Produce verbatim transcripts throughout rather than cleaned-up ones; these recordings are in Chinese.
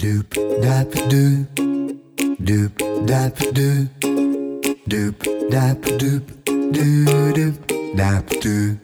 Doop dap doop, doop dap doop, doop dap doop, doo doop dap doop,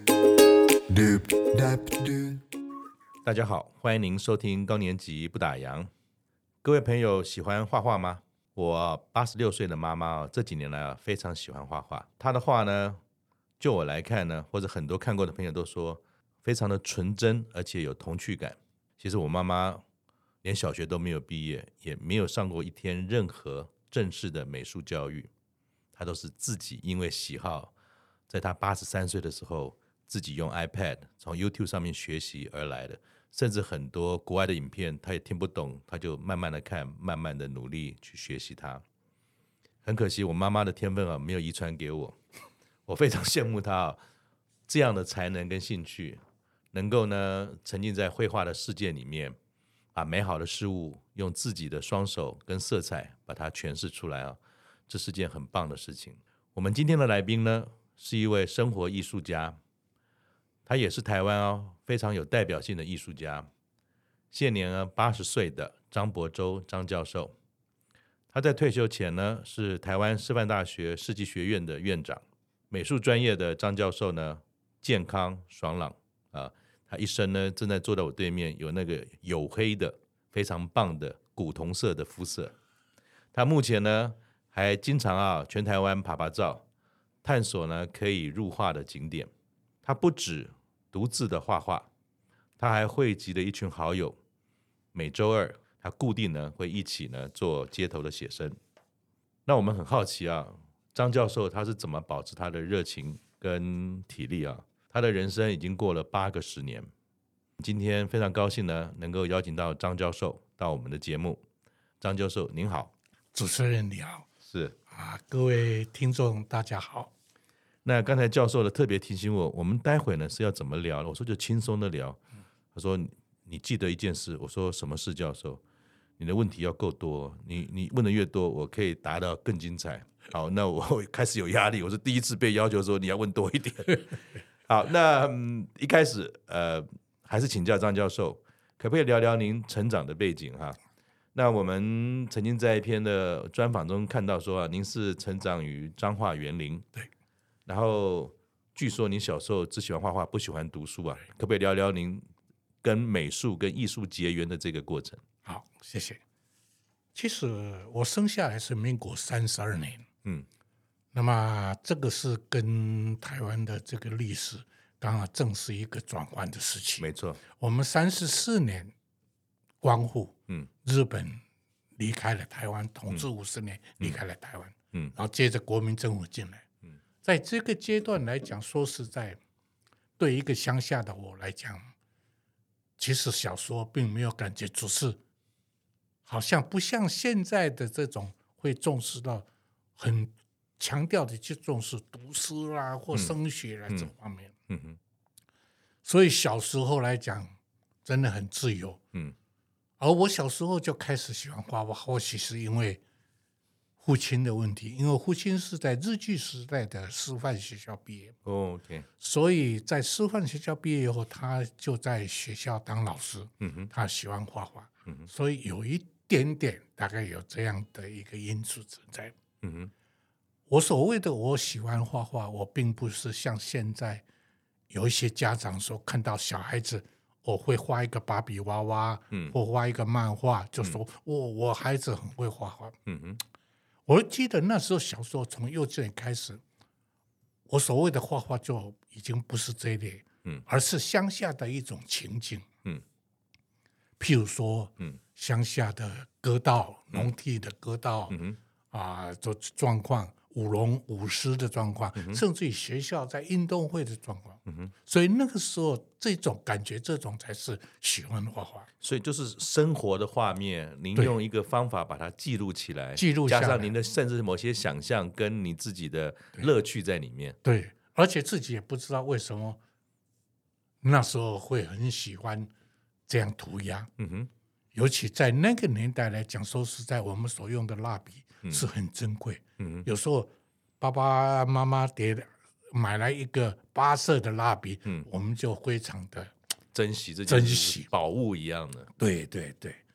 doop dap doop。 大家好，欢迎您收听高年级不打烊。各位朋友喜欢画画吗？我八十六岁的妈妈这几年来啊非常喜欢画画。她的画呢，就我来看呢，或者很多看过的朋友都说，非常的纯真，而且有童趣感。其实我妈妈连小学都没有毕业，也没有上过一天任何正式的美术教育，她都是自己因为喜好，在她八十三岁的时候，自己用 iPad 从 YouTube 上面学习而来的。甚至很多国外的影片他也听不懂，他就慢慢的看，慢慢的努力去学习它。很可惜我妈妈的天分啊没有遗传给我，我非常羡慕她啊这样的才能跟兴趣，能够呢沉浸在绘画的世界里面，把美好的事物用自己的双手跟色彩把它诠释出来啊，这是件很棒的事情。我们今天的来宾呢是一位生活艺术家，他也是台湾哦非常有代表性的艺术家，现年呢八十岁的张博洲张教授。他在退休前呢是台湾师范大学世纪学院的院长。美术专业的张教授呢健康爽朗啊，他一生呢正在坐在我对面，有那个黝黑的非常棒的古铜色的肤色。他目前呢还经常啊全台湾爬爬照，探索呢可以入画的景点。他不止独自的画画，他还汇集了一群好友，每周二他固定呢会一起呢做街头的写生。那我们很好奇啊，张教授他是怎么保持他的热情跟体力啊？他的人生已经过了八个十年。今天非常高兴呢能够邀请到张教授到我们的节目。张教授您好。 主持人你好。 是啊，各位听众大家好。 那刚才教授的特别提醒我，我们待会呢是要怎么聊？我说就轻松的聊。他说你记得一件事，我说什么事？教授，你的问题要够多，你你问的越多，我可以答到更精彩。好，那我开始有压力，我是第一次被要求说你要问多一点。好，那、嗯、一开始呃还是请教张教授，可不可以聊聊您成长的背景哈？那我们曾经在一篇的专访中看到说啊，您是成长于彰化园林。 对。 然后据说您小时候只喜欢画画，不喜欢读书啊，可不可以聊聊您跟美术跟艺术结缘的这个过程？ 好，谢谢。其实我生下来是民国三十二年，嗯，那么这个是跟台湾的这个历史刚好正是一个转换的时期。 没错， 我们三十四年光复，嗯，日本离开了台湾，统治五十年，离开了台湾，嗯，然后接着国民政府进来。在这个阶段来讲，说实在，对一个乡下的我来讲，其实小时候并没有感觉，只是好像不像现在的这种会重视到很强调的去重视读书啦或升学啦、嗯、这方面、嗯嗯。所以小时候来讲，真的很自由。嗯，而我小时候就开始喜欢画画，或许是因为父亲的问题，因为父亲是在日据时代的师范学校毕业、 oh, okay. 所以在师范学校毕业以后，他就在学校当老师、嗯、他喜欢画画、嗯、所以有一点点大概有这样的一个因素存在、嗯、我所谓的我喜欢画画，我并不是像现在有一些家长说看到小孩子我会画一个芭比娃娃、嗯、或画一个漫画就说、嗯哦、我孩子很会画画、嗯哼，我记得那时候小时候从幼稚园开始，我所谓的画画就已经不是这一类、嗯、而是乡下的一种情景、嗯、譬如说、嗯、乡下的歌道、农地的歌道、嗯啊、这状况，舞龙舞狮的状况、嗯、甚至于学校在运动会的状况、嗯、所以那个时候这种感觉，这种才是喜欢画画。 所以就是生活的画面，您用一个方法把它记录起来， 记录下来， 加上您的甚至某些想象跟你自己的乐趣在里面。 对, 对，而且自己也不知道为什么那时候会很喜欢这样涂鸦、嗯哼，尤其在那个年代来讲，说实在我们所用的蜡笔是很珍贵、嗯、有时候爸爸妈妈给买来一个八色的蜡笔、嗯、我们就非常的珍惜，这就是宝物一样的。 对对对，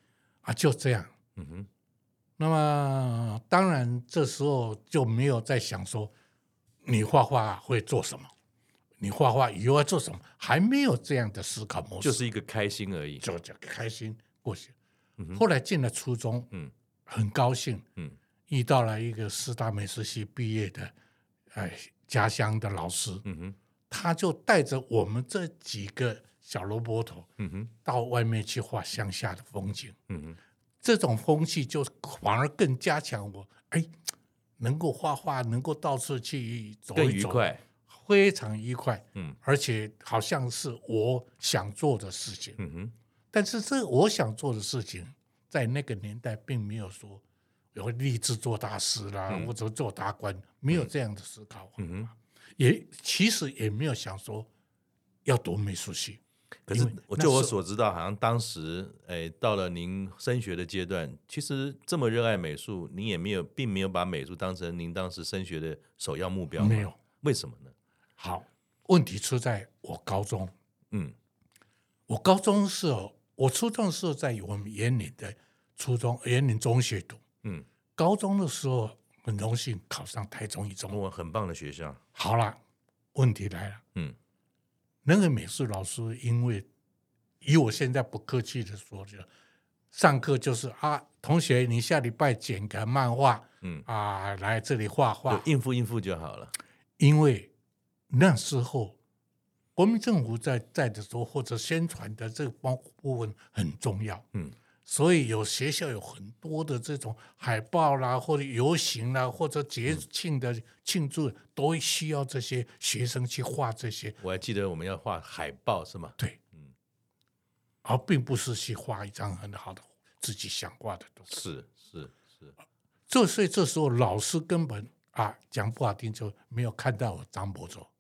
啊，就这样。 嗯哼， 那么当然这时候就没有在想说你画画会做什么，你画画以后要做什么，还没有这样的思考模式， 就是一个开心而已。 就就开心过去。嗯、后来进了初中，嗯，很高兴，嗯，遇到了一个师大美术系毕业的，哎，家乡的老师，嗯哼，他就带着我们这几个小萝卜头，嗯哼，到外面去画乡下的风景，嗯哼，这种风气就反而更加强我，哎，能够画画，能够到处去走一走， 更愉快， 非常愉快，嗯，而且好像是我想做的事情，嗯哼。但是这我想做的事情，在那个年代并没有说有立志做大师啦，嗯、或者做大官，没有这样的思考，嗯、也其实也没有想说要读美术系。 可是就我所知道，好像当时，哎，到了您升学的阶段，其实这么热爱美术，您也没有，并没有把美术当成您当时升学的首要目标。 没有， 为什么呢？ 好，问题出在我高中，嗯，我高中是我初中是在我们延岭的初中延岭中学读，嗯，高中的时候很荣幸考上台中一中， 哇，很棒的学校。 好了，问题来了，嗯，那个美术老师因为以我现在不客气的说，就上课就是啊，同学你下礼拜剪个漫画，嗯啊，来这里画画， 应付应付就好了。 因为那时候国民政府在在的时候，或者宣传的这个部分很重要，嗯，所以有学校有很多的这种海报啦，或者游行啦，或者节庆的庆祝，都需要这些学生去画这些。 我还记得我们要画海报是吗？ 对，嗯，而并不是去画一张很好的自己想画的东西。 是是是， 这所以这时候老师根本啊讲不好听就没有看到我张伯周。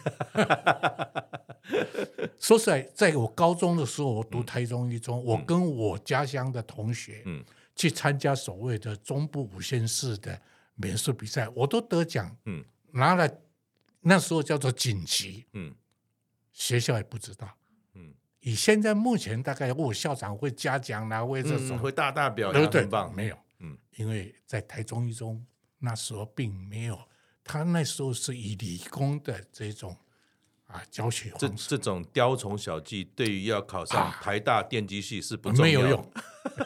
说实在，在我高中的时候，我读台中一中，嗯、我跟我家乡的同学，嗯、去参加所谓的中部五县市的美术比赛，我都得奖，嗯、拿了那时候叫做锦旗，嗯、学校也不知道，嗯、以现在目前大概我校长会嘉奖啦，会这种、 嗯、会大大表扬，很棒， 没有，嗯、因为在台中一中那时候并没有。他那时候是以理工的这种啊教学方式， 这这种雕虫小技对于要考上台大电机系是不重要、啊、 没有用。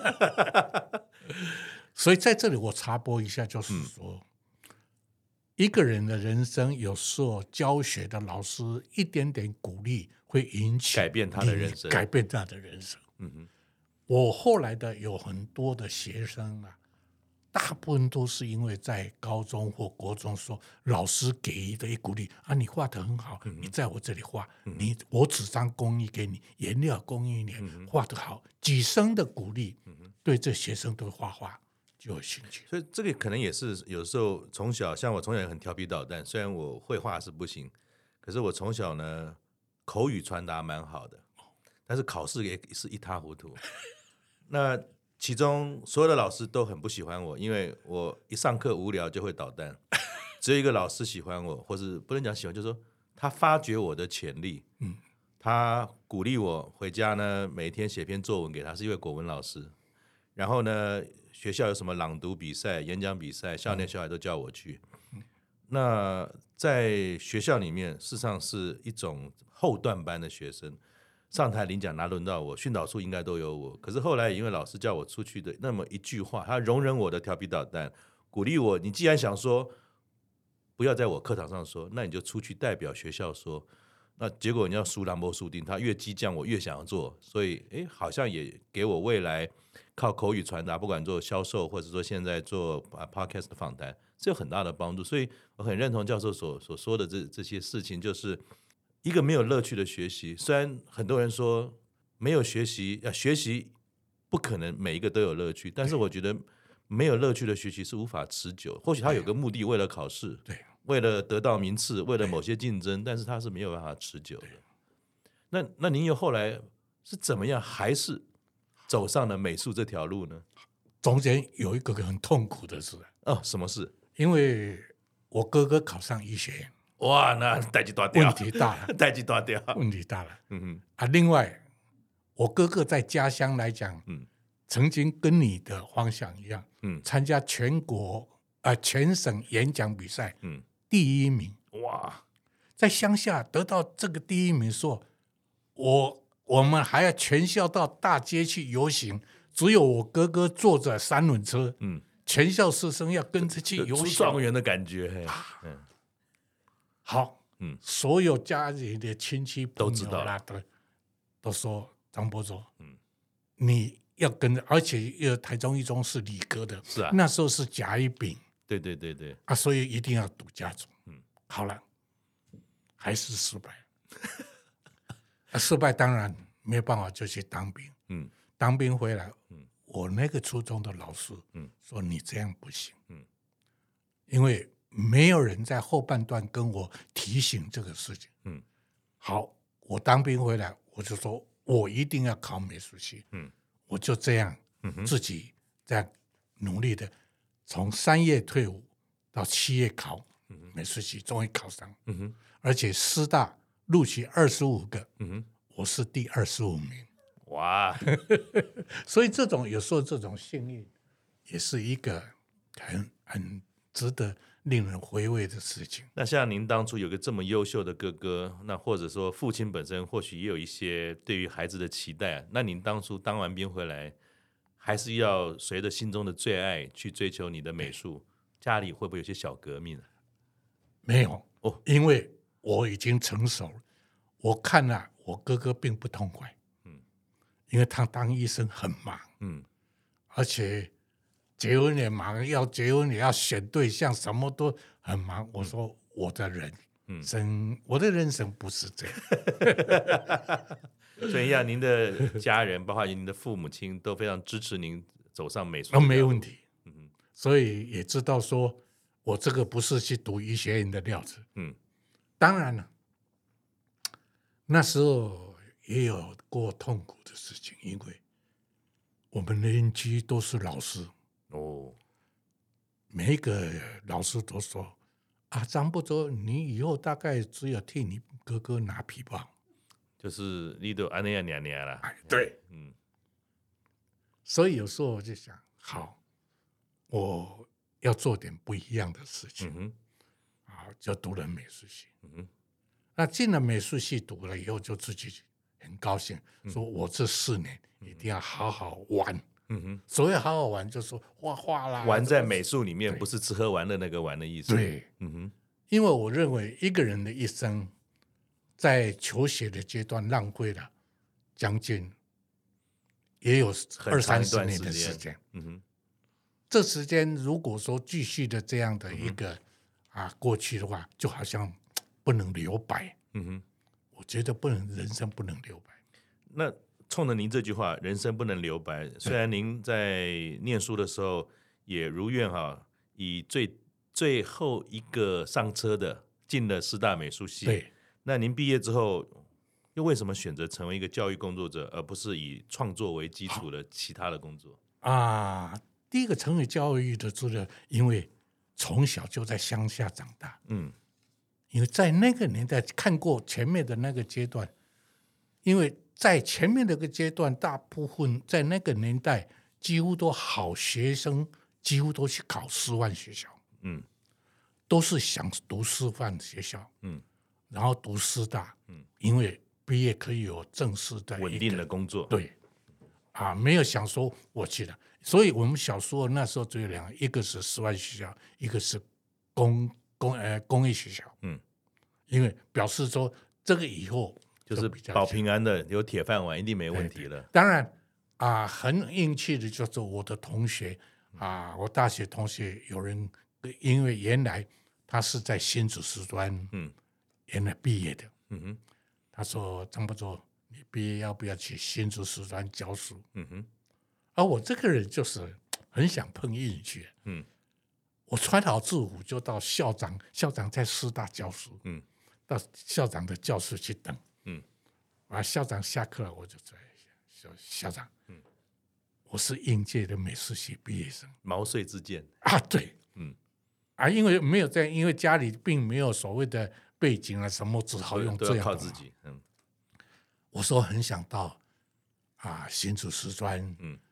所以在这里我插播一下，就是说、嗯、一个人的人生有时候教学的老师一点点鼓励会引起改变他的人生， 改变他的人生。嗯哼，我后来的有很多的学生啊，大部分都是因为在高中或国中说老师给予的一鼓励啊，你画得很好，嗯、你在我这里画，嗯、你我纸张供应给你，颜料供应你，嗯、画得好，几声的鼓励，嗯、对这学生对画画就有兴趣。 所以这个可能也是有时候从小，像我从小也很调皮捣蛋，虽然我绘画是不行，可是我从小呢口语传达蛮好的，但是考试也是一塌糊涂。那其中所有的老师都很不喜欢我，因为我一上课无聊就会捣蛋。只有一个老师喜欢我，或是不能讲喜欢，就是说他发掘我的潜力，嗯，他鼓励我回家呢每天写篇作文给他，是一位国文老师。然后呢学校有什么朗读比赛、演讲比赛，校内校外都叫我去。嗯、那在学校里面事实上是一种后段班的学生，上台领奖哪轮到我，训导处应该都有我。可是后来因为老师叫我出去的那么一句话，他容忍我的调皮捣蛋，鼓励我，你既然想说不要在我课堂上说，那你就出去代表学校说。那结果你要输兰博输丁，他越激将我越想要做，所以诶好像也给我未来靠口语传达，不管做销售或者说现在做 podcast 的访谈，是有很大的帮助。所以我很认同教授所所说的这这些事情，就是一个没有乐趣的学习。虽然很多人说没有学习，要学习不可能每一个都有乐趣，但是我觉得没有乐趣的学习是无法持久。或许他有个目的，为了考试， 对， 为了得到名次，为了某些竞争，但是他是没有办法持久的。那那您又后来是怎么样，还是走上了美术这条路呢？ 中间有一个很痛苦的事哦，什么事？ 因为我哥哥考上医学院， 哇，那代志大掉， 问题大了， 代志大掉， 问题大了。嗯哼啊，另外我哥哥在家乡来讲，嗯， 曾经跟你的方向一样， 嗯参加全国呃全省演讲比赛， 嗯， 第一名。 哇， 在乡下得到这个第一名说，我我们还要全校到大街去游行，只有我哥哥坐着三轮车， 嗯， 全校师生要跟着去游出行。 状元的感觉，嘿嗯好， 嗯， 所有家里的亲戚朋都知道友啦，都都说张伯卓， 嗯， 你要跟着，而且呃台中一中是理科的， 是啊那时候是甲乙丙对对对对， 啊，所以一定要读家族。 嗯， 好了，还是失败。啊，失败当然没有办法，就去当兵。 嗯当兵回来， 嗯我那个初中的老师嗯说你这样不行， 嗯因为没有人在后半段跟我提醒这个事情。 嗯好，我当兵回来，我就说我一定要考美术系。 嗯我就这样嗯哼自己这样努力的，从三月退伍到七月考美术系，终于考上， 嗯哼而且师大录取二十五个， 嗯哼， 我是第二十五名。 哇， 所以这种有时候这种幸运，也是一个很很值得令人回味的事情。 那像您当初有个这么优秀的哥哥，那或者说父亲本身或许也有一些对于孩子的期待，那您当初当完兵回来，还是要随着心中的最爱去追求你的美术，家里会不会有些小革命啊？ 没有哦， 因为我已经成熟了，我看了我哥哥并不痛快， 嗯因为他当医生很忙， 嗯而且结婚也忙，要结婚也要选对象，什么都很忙。我说我的人嗯， 生，我的人生不是这样。 所以让您的家人，包括您的父母亲，都非常支持您走上美术。 那没问题， 嗯所以也知道说我这个不是去读医学院的料子。 嗯当然了，那时候也有过痛苦的事情，因为我们邻居都是老师， 哦， 每一个老师都说啊，张不周，你以后大概只有替你哥哥拿皮包。 就是你都安那样娘娘了。 哎，对， 嗯所以有时候我就想，好，我要做点不一样的事情嗯哼啊，就读了美术系。 嗯哼那进了美术系读了以后，就自己很高兴，说我这四年一定要好好玩。 嗯哼， 所谓好好玩，就是说画画啦， 玩在美术里面， 对不是吃喝玩乐那个玩的意思。， 对， 嗯哼因为我认为一个人的一生，在求学的阶段浪费了将近也有很二长一段三十年的时间时间。 嗯哼这时间如果说继续的这样嗯的一个、啊过去的话，就好像不能留白。 嗯哼。 我觉得不能，人生不能留白。 那冲着您这句话，人生不能留白。虽然您在念书的时候也如愿哈，以最最后一个上车的进了师大美术系。 对， 那您毕业之后，又为什么选择成为一个教育工作者，而不是以创作为基础的其他的工作？ 啊，第一个成为教育的资料，因为从小就在乡下长大， 嗯因为在那个年代看过前面的那个阶段，因为在前面那个阶段，大部分在那个年代几乎都好学生，几乎都去考师范学校， 嗯都是想读师范学校， 嗯， 然后读师大， 嗯， 因为毕业可以有正式的一个稳定的工作。 对，啊，没有想说我去了，所以我们小时候那时候只有两个，一个是师范学校，一个是工工呃工业学校， 嗯， 因为表示说这个以后就是比较保平安的，有铁饭碗，一定没问题了。 当然啊，很运气的就是我的同学啊，我大学同学有人，因为原来他是在新竹师专， 嗯， 原来毕业的， 嗯哼他说张伯周，你毕业要不要去新竹师专教书？ 嗯哼而我这个人就是很想碰运气， 嗯我穿好制服就到校长，校长在师大教书， 嗯到校长的教室去等， 嗯啊，校长下课了，我就在校校长， 嗯我是应届的美术系毕业生毛遂自荐。 啊，对， 嗯啊，因为没有这样，因为家里并没有所谓的背景啊什么，只好用都这样的嘛。 要靠自己。嗯我说很想到啊新竹师专， 嗯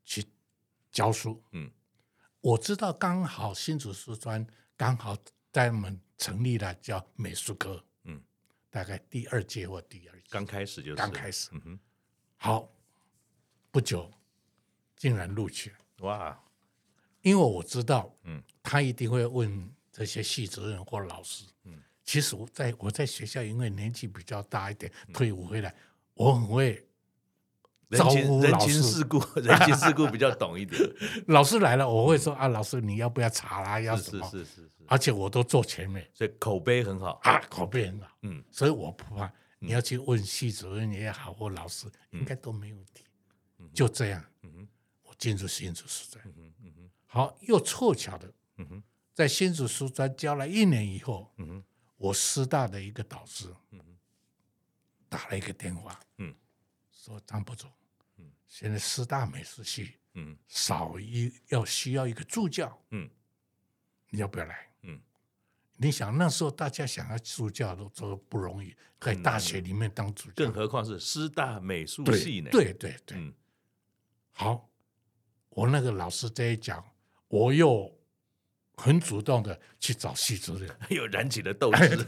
去教书。 嗯， 我知道刚好新竹师专刚好在我们成立了叫美术科， 嗯， 大概第二届或第二届刚开始就是刚开始， 嗯哼， 好，不久竟然录取了。 哇， 因为我知道， 嗯， 他一定会问这些系主任或老师。嗯，其实我在我在学校，因为年纪比较大一点，退伍回来，我很会招人情人呼老师。 情世故，人情世故比较懂一点。 老师来了，我会说啊，老师你要不要茶啦？要什是么？ 是是是是， 而且我都坐前面所以口碑很好。 啊，口碑很好。 嗯， 所以我不怕。你要去问系主任也好，或老师，应该都没问题。就这样，我进入新竹师专。好，又凑巧的，在新竹师专教了一年以后，我师大的一个导师打了一个电话，说张博总，现在师大美术系少一要需要一个助教，你要不要来？你想那时候大家想要助教都都不容易，在大学里面当助教， 更何况是师大美术系呢？ 对对对， 嗯， 好，我那个老师这一讲，我又很主动的去找系主任， 又燃起了斗志。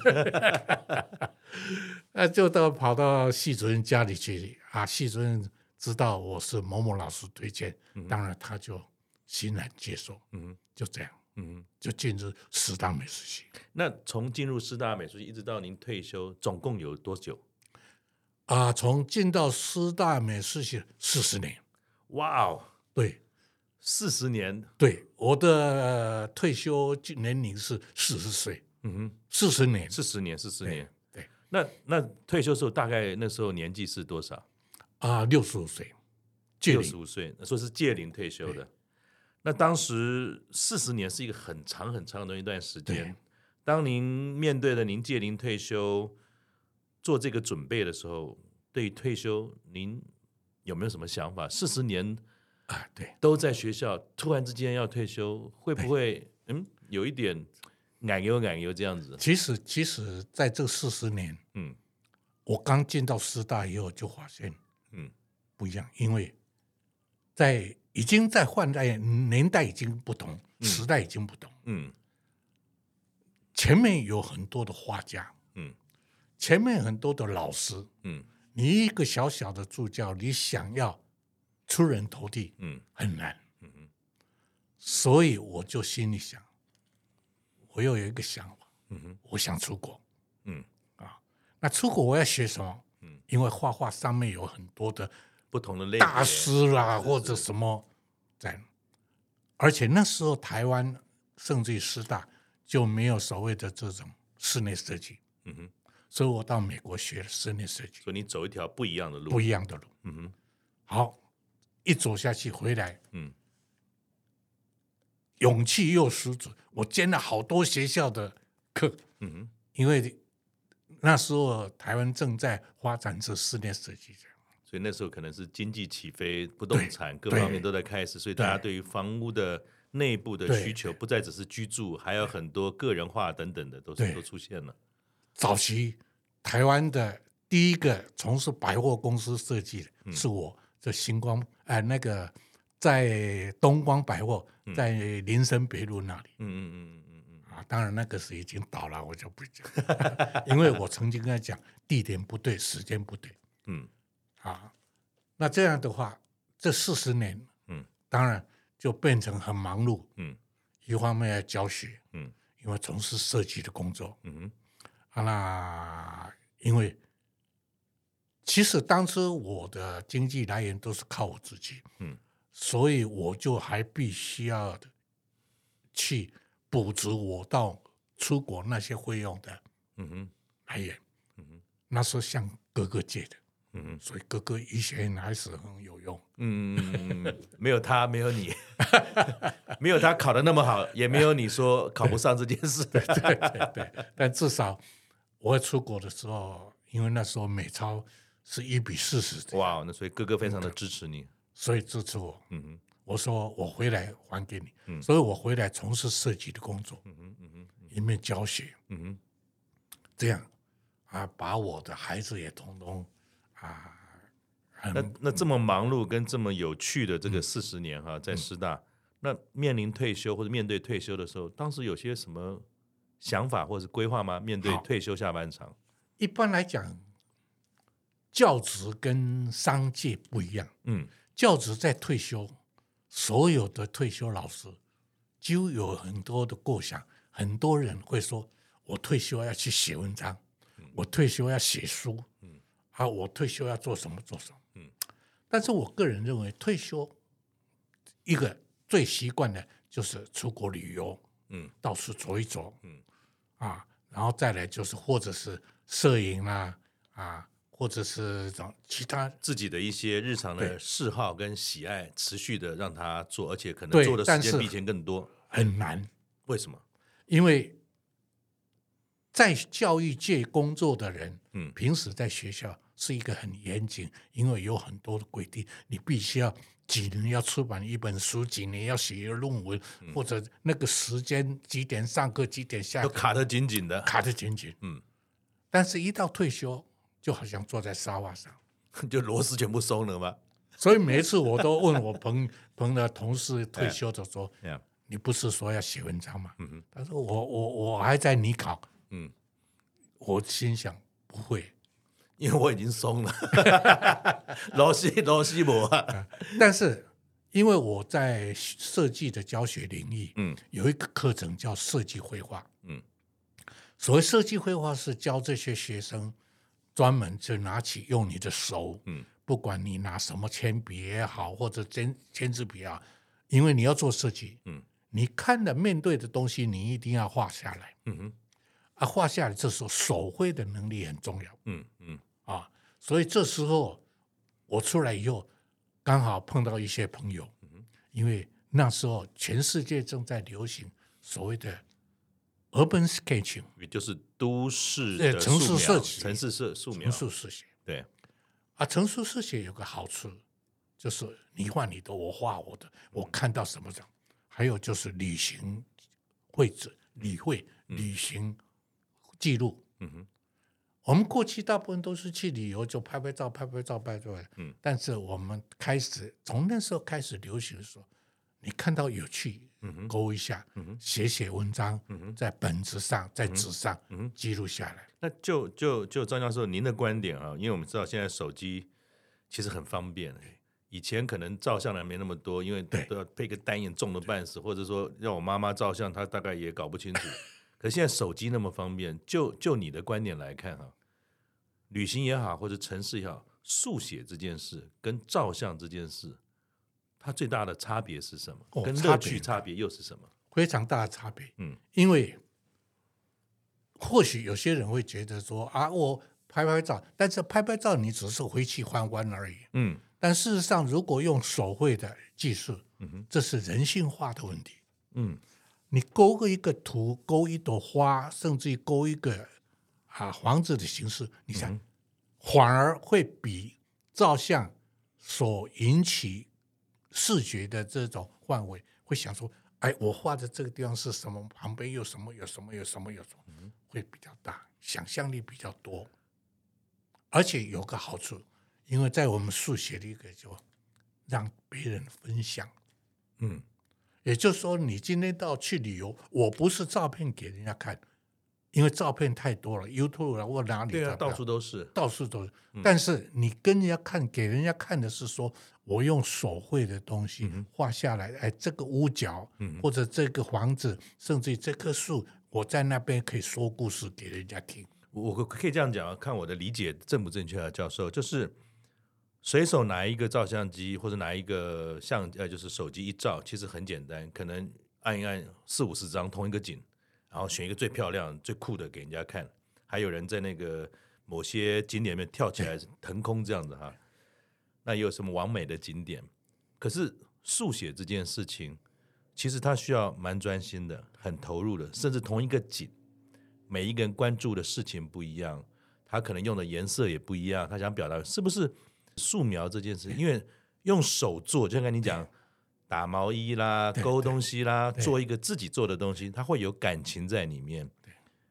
那就到跑到系主任家里去啊。系主任知道我是某某老师推荐，当然他就欣然接受，嗯，就这样。嗯，就进入师大美术系。 那从进入师大美术系一直到您退休，总共有多久？ 啊，从进到师大美术系四十年。 哇哦， 对， 四十年。 对，我的退休年龄是四十岁。嗯哼，四十年， 四十年，四十年。 对，对那那退休时候大概那时候年纪是多少？ 啊，六十五岁， 六十五岁，说是届龄退休的。那当时四十年是一个很长很长的一段时间。当您面对了您届龄退休做这个准备的时候，对于退休您有没有什么想法？四十年啊，对， 都在学校，突然之间要退休，会不会嗯有一点奶油奶油这样子？ 其实其实在这四十年，嗯，我刚进到师大以后就发现，嗯，不一样，因为在已经在换代，年代已经不同，嗯、时代已经不同。嗯，前面有很多的画家，嗯，前面很多的老师，嗯，你一个小小的助教，你想要出人头地，嗯，很难。嗯嗯，所以我就心里想，我又有一个想法，嗯哼，我想出国，嗯啊，那出国我要学什么？嗯，因为画画上面有很多的。 不同的类大师啦，或者什么在，而且那时候台湾甚至于师大就没有所谓的这种室内设计，嗯哼，所以我到美国学了室内设计， 所以你走一条不一样的路， 不一样的路，嗯哼，好，一走下去回来，嗯，勇气又十足，我兼了好多学校的课，嗯哼，因为那时候台湾正在发展这室内设计。 所以那时候可能是经济起飞，不动产各方面都在开始，所以大家对于房屋的内部的需求不再只是居住，还有很多个人化等等的都是都出现了。 早期台湾的第一个从事百货公司设计的、嗯、是我，这星光呃那个在东光百货，在林森北路那里。嗯嗯嗯嗯嗯啊，当然那个是已经倒了，我就不讲，因为我曾经跟他讲地点不对，时间不对。嗯。啊，那这样的话，这四十年，嗯，当然就变成很忙碌，嗯，一方面要教学，嗯，因为从事设计的工作，嗯哼，啊，那因为其实当初我的经济来源都是靠我自己，嗯，所以我就还必须要去补足我到出国那些费用的，嗯哼，来源，嗯哼，那时候向哥哥借的。嗯，所以哥哥医学院还是很有用。嗯， 没有他，没有你，没有他考得那么好，也没有你说考不上这件事。 对对对对，但至少我出国的时候，因为那时候美钞是一比四十。 哇，那所以哥哥非常的支持你， 所以支持我。嗯哼，我说我回来还给你，嗯、所以我回来从事设计的工作，嗯哼嗯哼，一面教学，嗯哼，这样啊，把我的孩子也通通。啊， 那那这么忙碌跟这么有趣的这个四十年哈、啊，在师大，那面临退休或者面对退休的时候，当时有些什么想法或者是规划吗？面对退休下半场， 一般来讲，教职跟商界不一样。嗯，教职在退休，所有的退休老师就有很多的构想，很多人会说，我退休要去写文章，嗯、我退休要写书，嗯，啊，我退休要做什么做什么。嗯，但是我个人认为，退休一个最习惯的就是出国旅游，嗯，到处走一走，嗯，啊，然后再来就是或者是摄影啦、啊，啊，或者是其他自己的一些日常的嗜好跟喜爱，持续的让他做，而且可能做的时间比以前更多， 很难。 为什么？ 因为在教育界工作的人，嗯，平时在学校是一个很严谨，因为有很多的规定，你必须要几年要出版一本书，几年要写一个论文，嗯、或者那个时间几点上课，几点下课， 都卡得紧紧的， 卡得紧紧。嗯，但是一到退休，就好像坐在沙发上， 就螺丝全部松了吗？ 所以每一次我都问我朋朋友同事退休的说。Yeah.你不是说要写文章吗？嗯、他说我我我还在拟考。嗯，我心想不会， 因为我已经松了，螺丝螺丝没啊。 但是因为我在设计的教学领域，嗯，有一个课程叫设计绘画。嗯，所谓设计绘画是教这些学生专门就拿起用你的手，嗯，不管你拿什么铅笔也好，或者签签字笔也好，因为你要做设计，嗯。你看的面对的东西，你一定要画下来。嗯哼，啊，画下来，这时候手绘的能力很重要。嗯嗯，啊，所以这时候我出来以后，刚好碰到一些朋友，嗯、因为那时候全世界正在流行所谓的 urban sketching， 也就是都市的城市设计、 城市设素描、 城市设计。 对， 啊，城市设计有个好处，就是你画你的，我画我的，我看到什么什么。还有就是旅行会址、旅会、旅行记录。嗯哼，我们过去大部分都是去旅游，就拍拍照、拍拍照、拍拍照。嗯，但是我们开始从那时候开始流行的时候，你看到有趣，嗯、勾一下，嗯、写写文章，嗯、在本子上、在纸上、嗯、记录下来。 那就就就张教授您的观点啊，因为我们知道现在手机其实很方便。以前可能照相的人没那么多，因为都要配个单眼重的半死，或者说让我妈妈照相，她大概也搞不清楚。可是现在手机那么方便，就就你的观点来看哈，旅行也好，或者城市也好，速写这件事跟照相这件事，它最大的差别是什么？哦、跟乐趣差别又是什么？ 非常大的差别。嗯，因为或许有些人会觉得说啊，我拍拍照，但是拍拍照你只是回去翻翻而已。嗯。但事实上，如果用手绘的技术，嗯、这是人性化的问题。嗯，你勾个一个图，勾一朵花，甚至于勾一个啊房子的形式，你想，嗯、反而会比照相所引起视觉的这种范围，会想说，哎，我画的这个地方是什么？旁边有什么？有什么？有什么？有什么？嗯、会比较大，想象力比较多，而且有个好处。因为在我们速写的一个就让别人分享，嗯，也就是说，你今天到去旅游，我不是照片给人家看，因为照片太多了 ，YouTube 啊或哪里， 对啊，到处都是， 到处都是。嗯、但是你跟人家看，给人家看的是说，我用手绘的东西画下来，哎，这个屋角，嗯、或者这个房子，甚至于这棵树，我在那边可以说故事给人家听。 我可以这样讲，看我的理解正不正确啊，教授，就是。随手拿一个照相机或者拿一个相呃，就是手机一照，其实很简单，可能按一按四五十张同一个景，然后选一个最漂亮、最酷的给人家看。还有人在那个某些景点里面跳起来腾空这样子哈。那也有什么完美的景点？可是速写这件事情，其实它需要蛮专心的，很投入的，甚至同一个景，每一个人关注的事情不一样，他可能用的颜色也不一样，他想表达是不是？素描这件事，因为用手做，就像跟你讲打毛衣啦、勾东西啦，做一个自己做的东西，它会有感情在里面。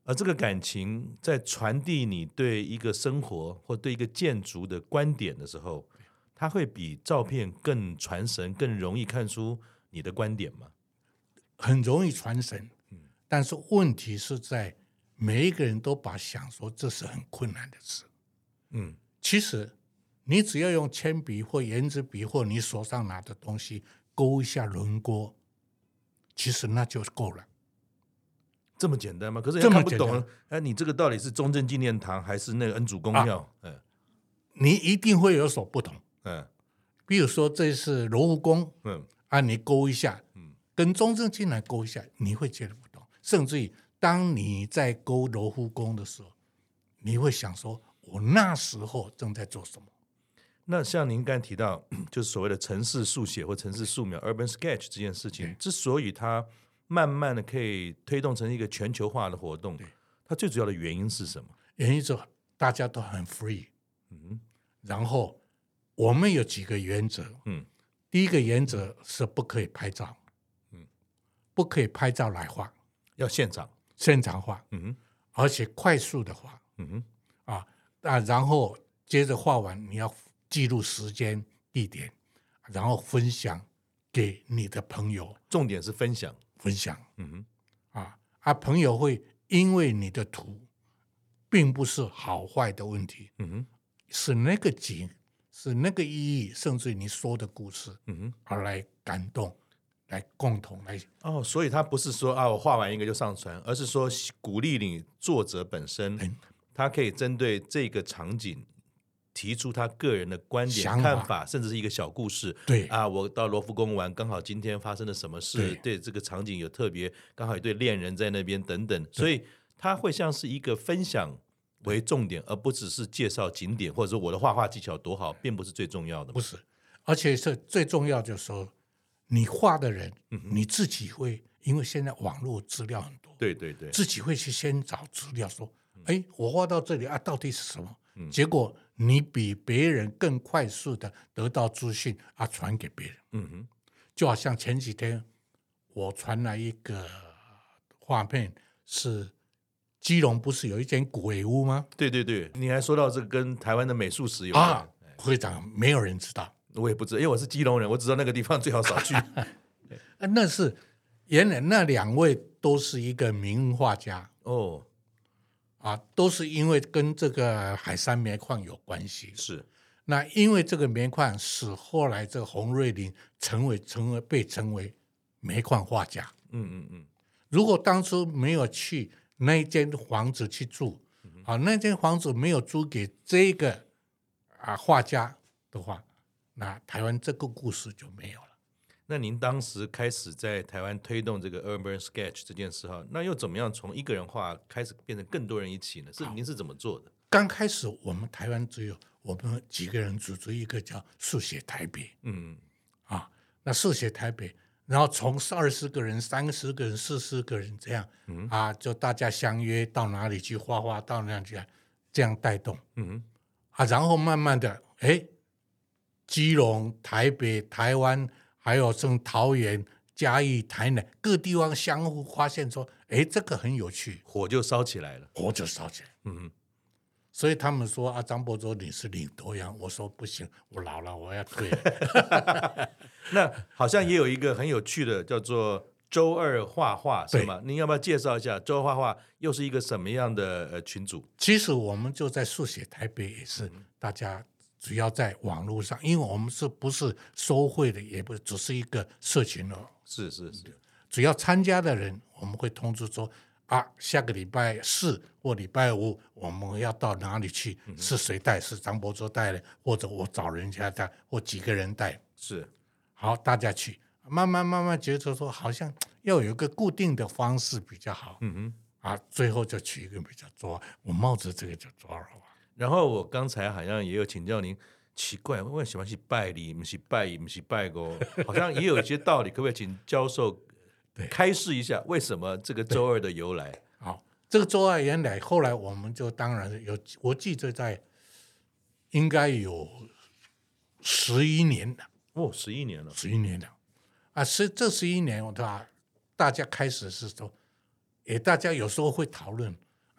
而这个感情在传递你对一个生活或对一个建筑的观点的时候，它会比照片更传神，更容易看出你的观点吗？ 很容易传神，但是问题是在每一个人都把想说这是很困难的事。 嗯， 其实你只要用铅笔或圆珠笔或你手上拿的东西勾一下轮廓，其实那就够了。 这么简单吗？可是这么人家看不懂简单， 哎，你这个到底是中正纪念堂还是那个恩主公庙？嗯你一定会有所不同。 嗯比如说这是罗浮宫嗯啊，你勾一下，跟中正纪念堂勾一下，你会觉得不同。甚至于当你在勾罗浮宫的时候，你会想说，我那时候正在做什么？ 那像您刚才提到，就是所谓的城市速写或城市素描 （urban sketch） 这件事情，之所以它慢慢的可以推动成一个全球化的活动，它最主要的原因是什么？ 原因是大家都很 free，嗯，然后我们有几个原则， 嗯， 第一个原则是不可以拍照，嗯，不可以拍照来画， 要现场， 现场画， 嗯哼， 而且快速的画， 嗯哼， 啊，啊，然后接着画完，你要记录时间、地点，然后分享给你的朋友， 重点是分享， 分享， 嗯哼， 啊啊，朋友会因为你的图，并不是好坏的问题， 嗯哼， 是那个景，是那个意义，甚至你说的故事， 嗯哼， 而来感动，来共同来哦，所以他不是说啊，我画完一个就上传，而是说鼓励你作者本身， 嗯他可以针对这个场景提出他个人的观点、 想法看法，甚至是一个小故事。 对啊，我到罗浮宫玩，刚好今天发生了什么事， 对对这个场景有特别，刚好有对恋人在那边等等，所以他会像是一个分享为重点，而不只是介绍景点，或者说我的画画技巧多好，并不是最重要的嘛。 不是，而且是最重要，就是说你画的人， 嗯你自己会，因为现在网络资料很多， 对对对， 自己会去先找资料，说，哎，我画到这里啊，到底是什么？ 嗯结果你比别人更快速的得到资讯啊，传给别人。 嗯哼， 就好像前几天我传来一个画面，是基隆不是有一间古伟屋吗？ 对对对，你还说到这个跟台湾的美术史有关。 啊，会长没有人知道， 我也不知道，因为我是基隆人，我只知道那个地方最好少去。 啊那是原来那两位都是一个名画家哦， 啊，都是因为跟这个海山煤矿有关系。 是， 那因为这个煤矿使后来这个洪瑞麟成为成为被称为煤矿画家。 嗯嗯嗯， 如果当初没有去那间房子去住，啊，那间房子没有租给这个啊画家的话，那台湾这个故事就没有了。 那您当时开始在台湾推动这个 urban sketch 这件事哈，那又怎么样从一个人画开始变成更多人一起呢？是您是怎么做的？ 刚开始我们台湾只有我们几个人组织一个叫速写台北嗯啊，那速写台北，然后从二十个人、三十个人、四十个人这样、 嗯啊，就大家相约到哪里去画画，到那里去，这样带动嗯啊，然后慢慢的，哎，基隆、台北、台湾，还有像桃园、嘉义、台南各地方相互发现说，哎，这个很有趣， 火就烧起来了。 火就烧起来。 嗯所以他们说啊，张伯周你是领头羊，我说不行，我老了，我要退了。 那好像也有一个很有趣的叫做周二画画是吗？您要不要介绍一下周二画画又是一个什么样的呃群组？ 其实我们就在速写台北也是，大家主要在网络上，因为我们是不是收费的，也不是只是一个社群哦， 是是是， 只要参加的人，我们会通知说啊，下个礼拜四或礼拜五我们要到哪里去， 嗯、 是谁带？是张伯周带的，或者我找人家带，或几个人带。 是， 好，大家去，慢慢慢慢觉得说，好像要有一个固定的方式比较好。 嗯哼。 啊，最后就取一个比较周，我冒着这个叫周二画。 然后我刚才好像也有请教您，奇怪，为什么是拜礼，不是拜一，不是拜公？好像也有一些道理，可不可以请教授开示一下，为什么这个周二的由来？ 好，这个周二原来后来我们就当然有，我记得在应该有十一年了。 哦，十一年了， 十一年了啊！是这十一年，我吧，大家开始是说，也大家有时候会讨论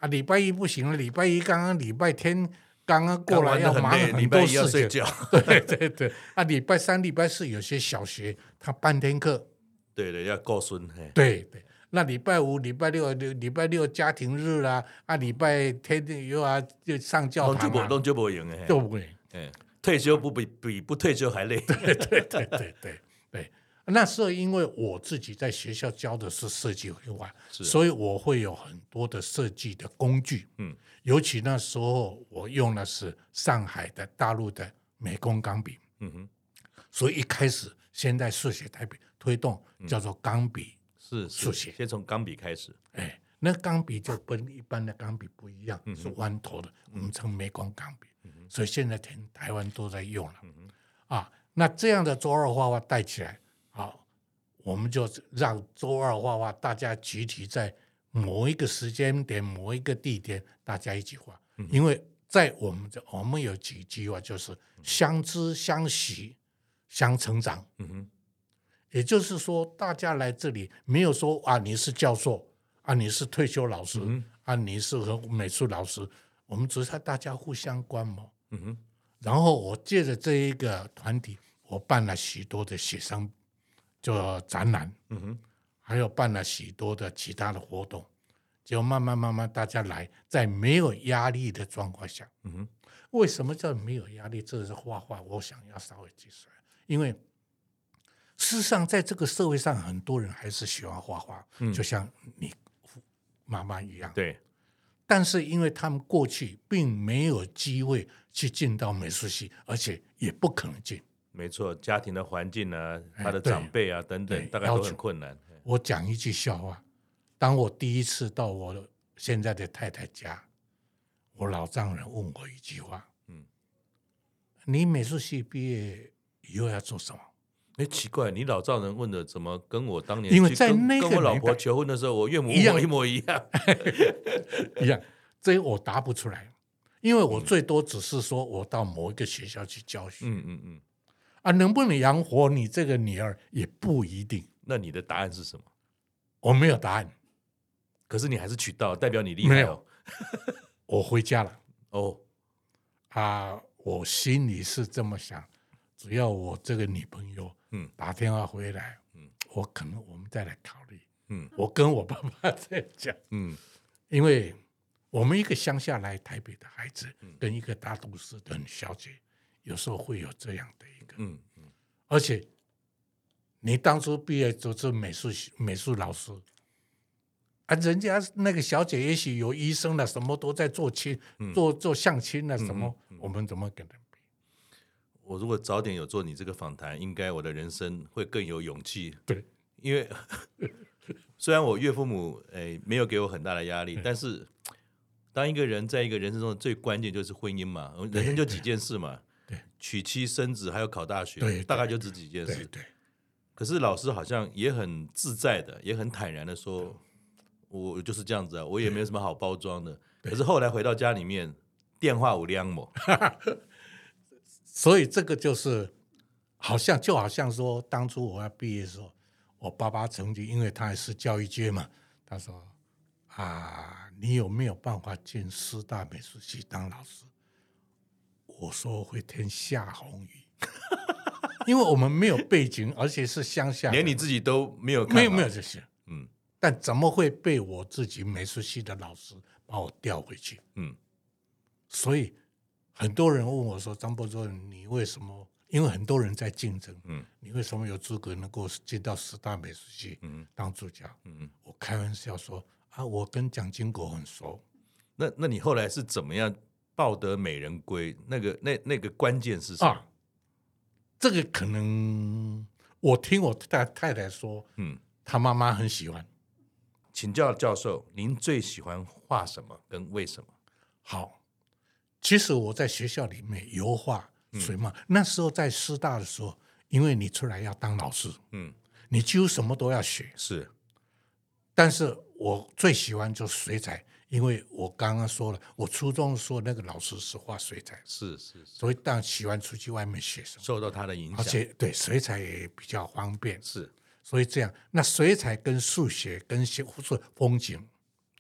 啊，礼拜一不行了，礼拜一刚刚礼拜天刚刚过来刚玩得很要忙很累礼拜多事情， 一要睡觉。 对对对，啊，礼拜三、礼拜四有些小学他半天课， 对对，要够孙。嘿对对。那礼拜五、礼拜六、礼拜六家庭日啦，啊，礼拜天又要就上教堂啊， 拢就无拢就无用的。嘿对不对？ 嘿退休不比比不退休还累。 对对对对对对。那时候因为我自己在学校教的是设计绘画，所以我会有很多的设计的工具。嗯，尤其那时候我用的是上海的大陆的美工钢笔。嗯哼，所以一开始先在数学台北推动叫做钢笔。 是数学， 先从钢笔开始。 哎，那钢笔就跟一般的钢笔不一样，嗯、是弯头的，我们称美工钢笔。嗯、所以现在全台湾都在用了。嗯、啊，那这样的周二画画带起来，好，我们就让周二画画大家集体在某一个时间点、某一个地点，大家一起画。嗯、因为在我们的我们有几句话，就是相知、相惜、相成长。嗯哼。也就是说，大家来这里没有说啊，你是教授啊，你是退休老师、嗯、啊，你是美术老师，我们只是大家互相观摩。嗯哼。然后我借着这一个团体，我办了许多的写生就展览，嗯哼，还有办了许多的其他的活动，就慢慢慢慢大家来，在没有压力的状况下，嗯哼。为什么叫没有压力？这是画画，我想要稍微解释，因为。事实上，在这个社会上，很多人还是喜欢画画，嗯、就像你妈妈一样。对。但是，因为他们过去并没有机会去进到美术系，而且也不可能进。 没错，家庭的环境啊，他的长辈啊、哎、等等，大概都很困难。 我讲一句笑话：当我第一次到我现在的太太家，我老丈人问我一句话：“嗯，你美术系毕业以后要做什么？” 哎，奇怪，你老丈人问的怎么跟我当年因为在那个跟我老婆求婚的时候，我岳母问我一模一样， 一样，这我答不出来，因为我最多只是说我到某一个学校去教学，嗯嗯嗯，啊，能不能养活你这个女儿也不一定。 那你的答案是什么？ 我没有答案， 可是你还是娶到，代表你厉害哦。 我回家了， 哦， 啊，我心里是这么想。只要我这个女朋友嗯打电话回来，嗯，我可能我们再来考虑，嗯，我跟我爸爸在讲，嗯，因为我们一个乡下来台北的孩子，嗯、跟一个大都市的小姐，有时候会有这样的一个，嗯嗯，而且你当初毕业就是美术美术老师，啊，人家那个小姐也许有医生了，什么都在做亲，嗯、做做相亲了，什么，嗯嗯、我们怎么跟他？ 我如果早点有做你这个访谈，应该我的人生会更有勇气。 对， 因为虽然我岳父母诶没有给我很大的压力，但是当一个人在一个人生中的最关键就是婚姻嘛，人生就几件事嘛， 对， 娶妻生子还有考大学， 对， 大概就这几件事。 对对。 可是老师好像也很自在的，也很坦然的说，我就是这样子啊，我也没有什么好包装的。可是后来回到家里面，电话有两抹。 所以这个就是好像就好像说当初我要毕业的时候，我爸爸曾经因为他也是教育界嘛，他说啊，你有没有办法进师大美术系当老师？我说会天下红雨。因为我们没有背景，而且是乡下， 连你自己都没有看， 没有没有这些，嗯，但怎么会被我自己美术系的老师把我调回去？嗯，所以很多人问我说：“张伯周，你为什么？因为很多人在竞争，嗯，你为什么有资格能够进到师大美术系当助教？”嗯，我开玩笑说啊，我跟蒋经国很熟。 那那你后来是怎么样抱得美人归？那个那那个关键是什么？啊， 这个可能我听我太太太说，嗯，她妈妈很喜欢。 请教教授，您最喜欢画什么跟为什么？ 好，其实我在学校里面油画、水墨，嗯，那时候在师大的时候，因为你出来要当老师，嗯，你几乎什么都要学， 是。 但是我最喜欢就是水彩，因为我刚刚说了，我初中的时候那个老师是画水彩， 是是是， 所以当然喜欢出去外面学什么， 受到他的影响， 而且对水彩也比较方便， 是。 所以这样，那水彩跟数学跟是风景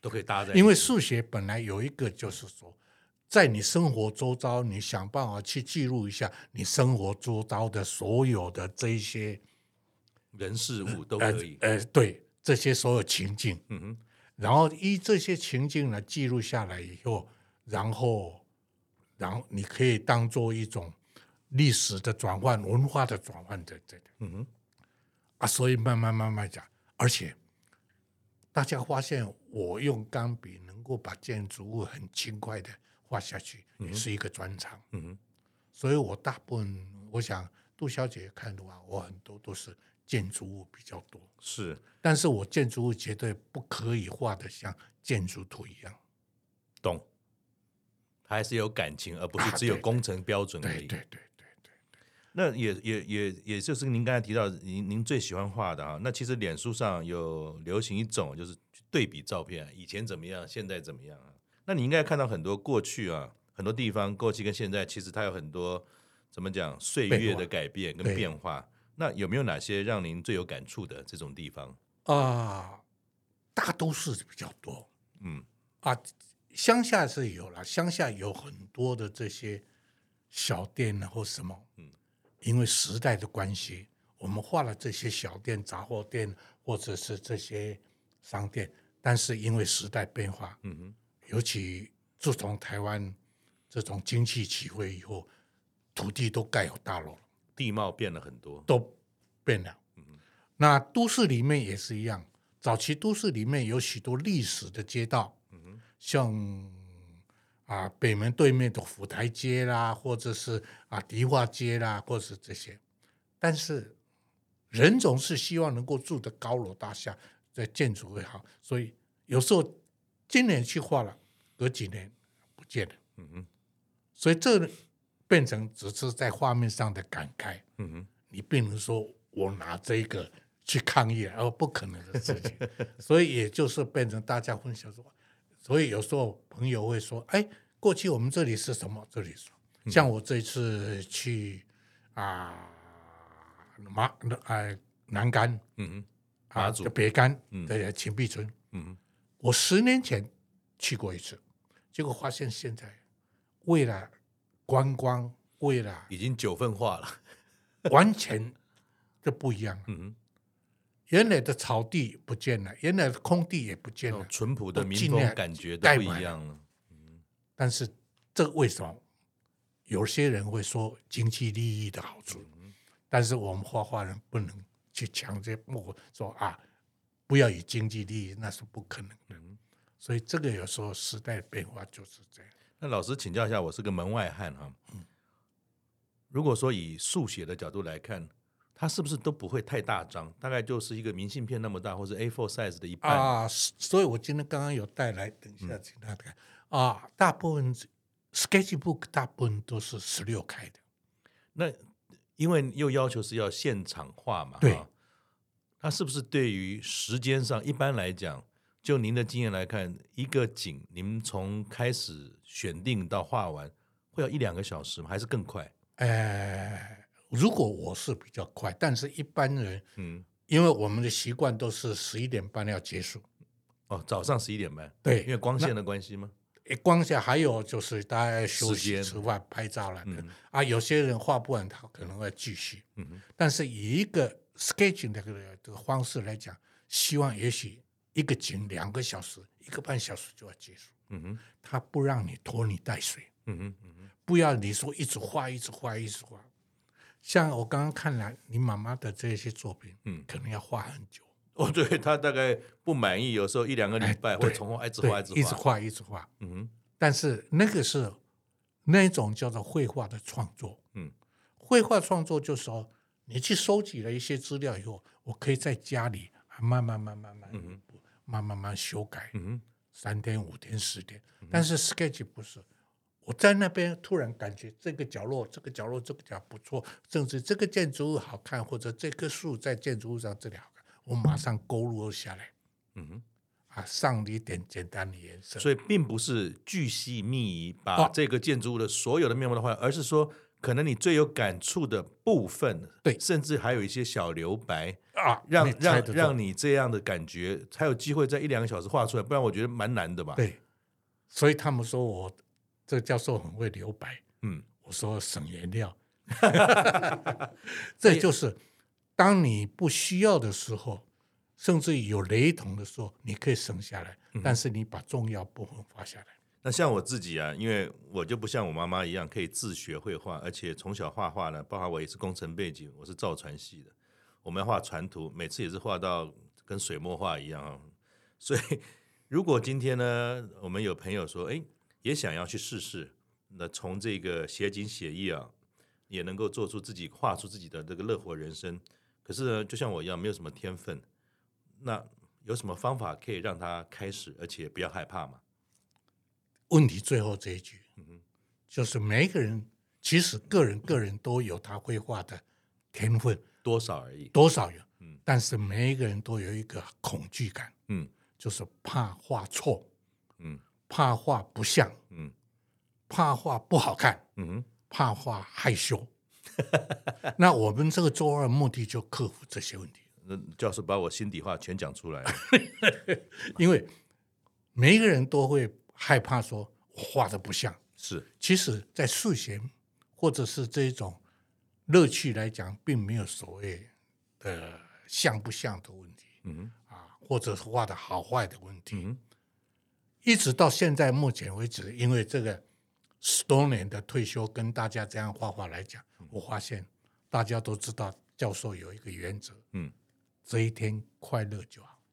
都可以搭在一起， 因为数学本来有一个就是说，在你生活周遭，你想办法去记录一下你生活周遭的所有的这一些人事物都呃可以。 呃，对这些所有情境， 嗯哼， 然后依这些情境呢记录下来以后，然后然后你可以当做一种历史的转换、文化的转换的这个嗯哼， 啊，所以慢慢慢慢讲，而且大家发现我用钢笔能够把建筑物很轻快的画下去，也是一个专长。 嗯哼， 所以我大部分，我想杜小姐看的话，我很多都是建筑物比较多， 是但是我建筑物绝对不可以画的像建筑图一样。 懂，它还是有感情，而不是啊对对只有工程标准而已。 对对对对对， 那也也也也就是您刚才提到您您最喜欢画的啊，那其实脸书上有流行一种就是对比照片，以前怎么样，现在怎么样啊？那你应该看到很多过去啊，很多地方过去跟现在，其实它有很多怎么讲岁月的改变跟对变化。那有没有哪些让您最有感触的这种地方？ 啊、大都市比较多嗯啊，乡下是有了，乡下有很多的这些小店啊或什么， 嗯因为时代的关系，我们画了这些小店、杂货店或者是这些商店，但是因为时代变化， 嗯哼， 尤其自从台湾这种经济起飞以后，土地都盖有大楼了， 地貌变了很多。 都变了。那都市里面也是一样，早期都市里面有许多历史的街道，像啊北门对面的府台街啦，或者是啊迪化街啦，或者是这些，但是人总是希望能够住的高楼大厦，在建筑会好，所以有时候今年去画了，隔几年不见了， 嗯哼， 所以这变成只是在画面上的感慨， 嗯哼， 你并不是说我拿这个去抗议，而不可能的事情，所以也就是变成大家分享说，所以有时候朋友会说，哎，过去我们这里是什么？这里是什么像我这次去啊马呃南竿， 嗯哼， 啊马祖北竿的秦壁村， 嗯哼， 我十年前去过一次，结果发现现在为了观光，为了已经九份化了。 完全就不一样了。 嗯哼， 原来的草地不见了，原来的空地也不见了， 那种淳朴的都民风尽量感觉都不一盖满了样了。 但是这为什么？有些人会说经济利益的好处，但是我们画画人不能去强制莫说啊，不要以经济利益，那是不可能的。所以这个有时候时代的变化就是这样。 那老师请教一下，我是个门外汉哈。如果说以速写的角度来看，它是不是都不会太大张？大概就是一个明信片那么大，或者 A 四 size 的一半。 啊，所以我今天刚刚有带来，等一下请他看、啊，大部分 sketchbook 大部分都是十六开的， 那因为又要求是要现场画嘛， 对哈，它是不是对于时间上，一般来讲，就您的经验来看，一个景，您从开始选定到画完，会要一两个小时吗？还是更快？ 呃，如果我是比较快，但是一般人， 嗯， 因为我们的习惯都是十一点半要结束， 哦，早上十一点半， 对因为光线的关系吗？ 诶光下还有就是大家休息、 时间吃饭、拍照了、 嗯啊。有些人画不完，他可能会继续。 嗯哼， 但是以一个 sketching 的这个这个方式来讲，希望也许一个景两个小时、一个半小时就要结束。 嗯哼， 他不让你拖泥带水， 嗯哼，嗯哼， 不要你说一直画、一直画、一直画。像我刚刚看了你妈妈的这些作品， 嗯可能要画很久， 哦，对他大概不满意，有时候一两个礼拜哎对会重画，一直对画，一直画， 一直画，一直画。 嗯哼， 但是那个是那种叫做绘画的创作。 嗯， 绘画创作就是说，你去收集了一些资料以后，我可以在家里慢慢慢慢慢慢、 嗯、 慢慢慢修改， 嗯哼， 三天五天十天。但是 sketch 不是，我在那边突然感觉这个角落这个角落这个角不错，甚至这个建筑物好看，或者这棵树在建筑物上这里好看，我马上勾勒下来， 嗯哼。 啊，上一点简单的颜色。 所以并不是巨细靡遗把哦这个建筑物的所有的面貌都画，而是说可能你最有感触的部分， 对甚至还有一些小留白， 啊， 让你猜让得中让你这样的感觉才有机会在一两个小时画出来，不然我觉得蛮难的吧。 对，所以他们说我这个教授很会留白， 嗯， 我说省颜料，这就是当你不需要的时候，甚至于有雷同的时候，你可以省下来， 嗯但是你把重要部分画下来。 那像我自己啊，因为我就不像我妈妈一样可以自学绘画，而且从小画画呢，包括我也是工程背景，我是造船系的，我们要画船图，每次也是画到跟水墨画一样啊。所以如果今天呢，我们有朋友说，哎，也想要去试试，那从这个写景写意啊，也能够做出自己画出自己的这个乐活人生。可是呢，就像我一样，没有什么天分，那有什么方法可以让他开始，而且不要害怕吗？ 问题最后这一句， 嗯就是每一个人其实个人个人都有他绘画的天分， 多少而已。 多少有， 嗯但是每一个人都有一个恐惧感， 嗯就是怕画错， 嗯怕画不像， 嗯怕画不好看， 嗯哼怕画害羞。那我们这个周二目的就克服这些问题， 那教授把我心底话全讲出来了。 因为每一个人都会害怕说我画的不像。 是， 其实在数学或者是这种乐趣来讲，并没有所谓的像不像的问题， 嗯啊，或者是画的好坏的问题。 嗯一直到现在目前为止，因为这个十多年的退休，跟大家这样画画来讲，我发现大家都知道教授有一个原则， 嗯， 这一天快乐就好。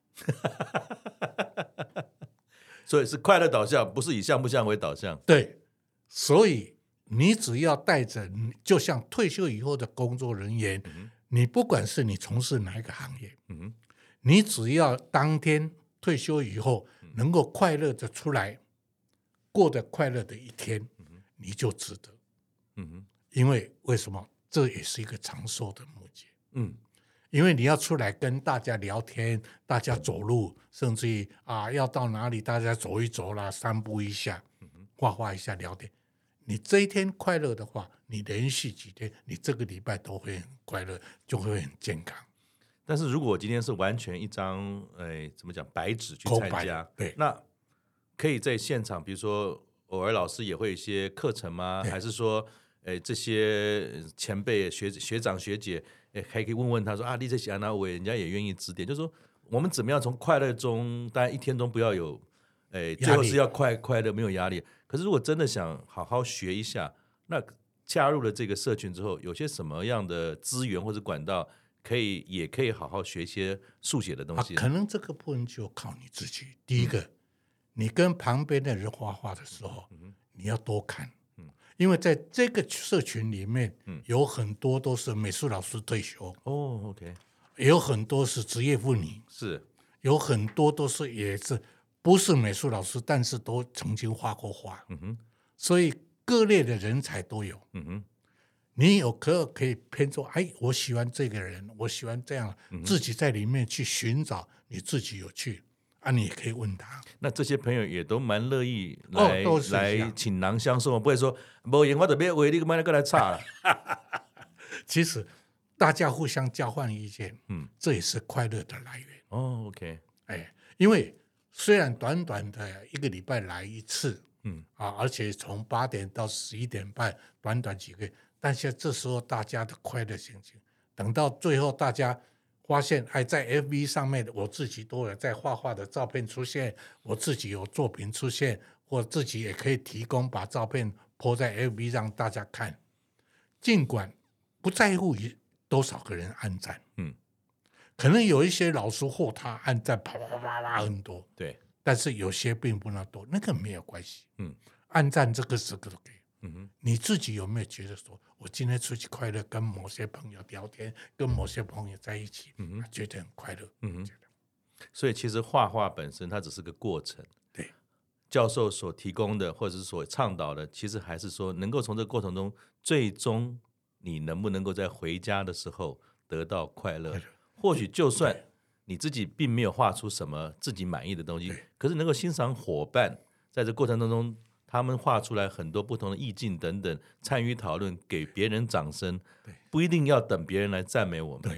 所以是快乐导向，不是以像不像为导向。 对，所以你只要带着，就像退休以后的工作人员， 嗯你不管是你从事哪一个行业， 嗯你只要当天退休以后能够快乐的出来，过得快乐的一天，你就值得。 嗯因为为什么？这也是一个长寿的秘诀。 嗯因为你要出来跟大家聊天，大家走路，甚至于啊要到哪里大家走一走啦，散步一下，画画一下，聊天。你这一天快乐的话，你连续几天，你这个礼拜都会很快乐，就会很健康。 但是如果我今天是完全一张，哎，怎么讲，白纸去参空加白，对那可以在现场，比如说偶尔老师也会有一些课程吗？还是说，哎，这些前辈学学长学姐，哎，还可以问问他说啊，你这些哪位，人家也愿意指点，就是说我们怎么样从快乐中，当然一天中不要有，哎，最后是要快快乐，没有压力。可是如果真的想好好学一下，那加入了这个社群之后，有些什么样的资源或者管道？可以，也可以好好学一些速写的东西、 啊。可能这个部分就靠你自己。第一个，嗯、你跟旁边的人画画的时候，嗯、你要多看，嗯、因为在这个社群里面，嗯、有很多都是美术老师退休哦 ，OK， 有很多是职业妇女， 是有很多都是也是不是美术老师，但是都曾经画过画，嗯哼，所以各类的人才都有，嗯哼。你有可可以偏说，哎，我喜欢这个人，我喜欢这样，嗯、自己在里面去寻找你自己有趣啊，你也可以问他。 那这些朋友也都蛮乐意来、 哦、 来倾囊相授，不会说没闲我就要为你买那个来插了。 其实大家互相交换意见，嗯，这也是快乐的来源。 哦 ，OK， 哎，因为虽然短短的一个礼拜来一次，嗯啊，而且从八点到十一点半，短短几个月。但是这时候大家的快乐心情，等到最后大家发现，哎，在 F B 上面我自己都有在画画的照片出现，我自己有作品出现，或自己也可以提供把照片 po 在 F B 让大家看。尽管不在乎于多少个人按赞，嗯，可能有一些老师或他按赞啪啪啪啪很多， 对， 但是有些并不那多，那个没有关系，嗯，按赞这个这个都可以。嗯哼，你自己有没有觉得说，我今天出去快乐，跟某些朋友聊天，跟某些朋友在一起，嗯哼，觉得很快乐，嗯哼。 所以其实画画本身它只是个过程， 对。 教授所提供的或者是所倡导的，其实还是说能够从这个过程中，最终你能不能够在回家的时候得到快乐？或许就算你自己并没有画出什么自己满意的东西，可是能够欣赏伙伴在这过程当中。他们画出来很多不同的意境等等，参与讨论，给别人掌声，不一定要等别人来赞美我们。 对，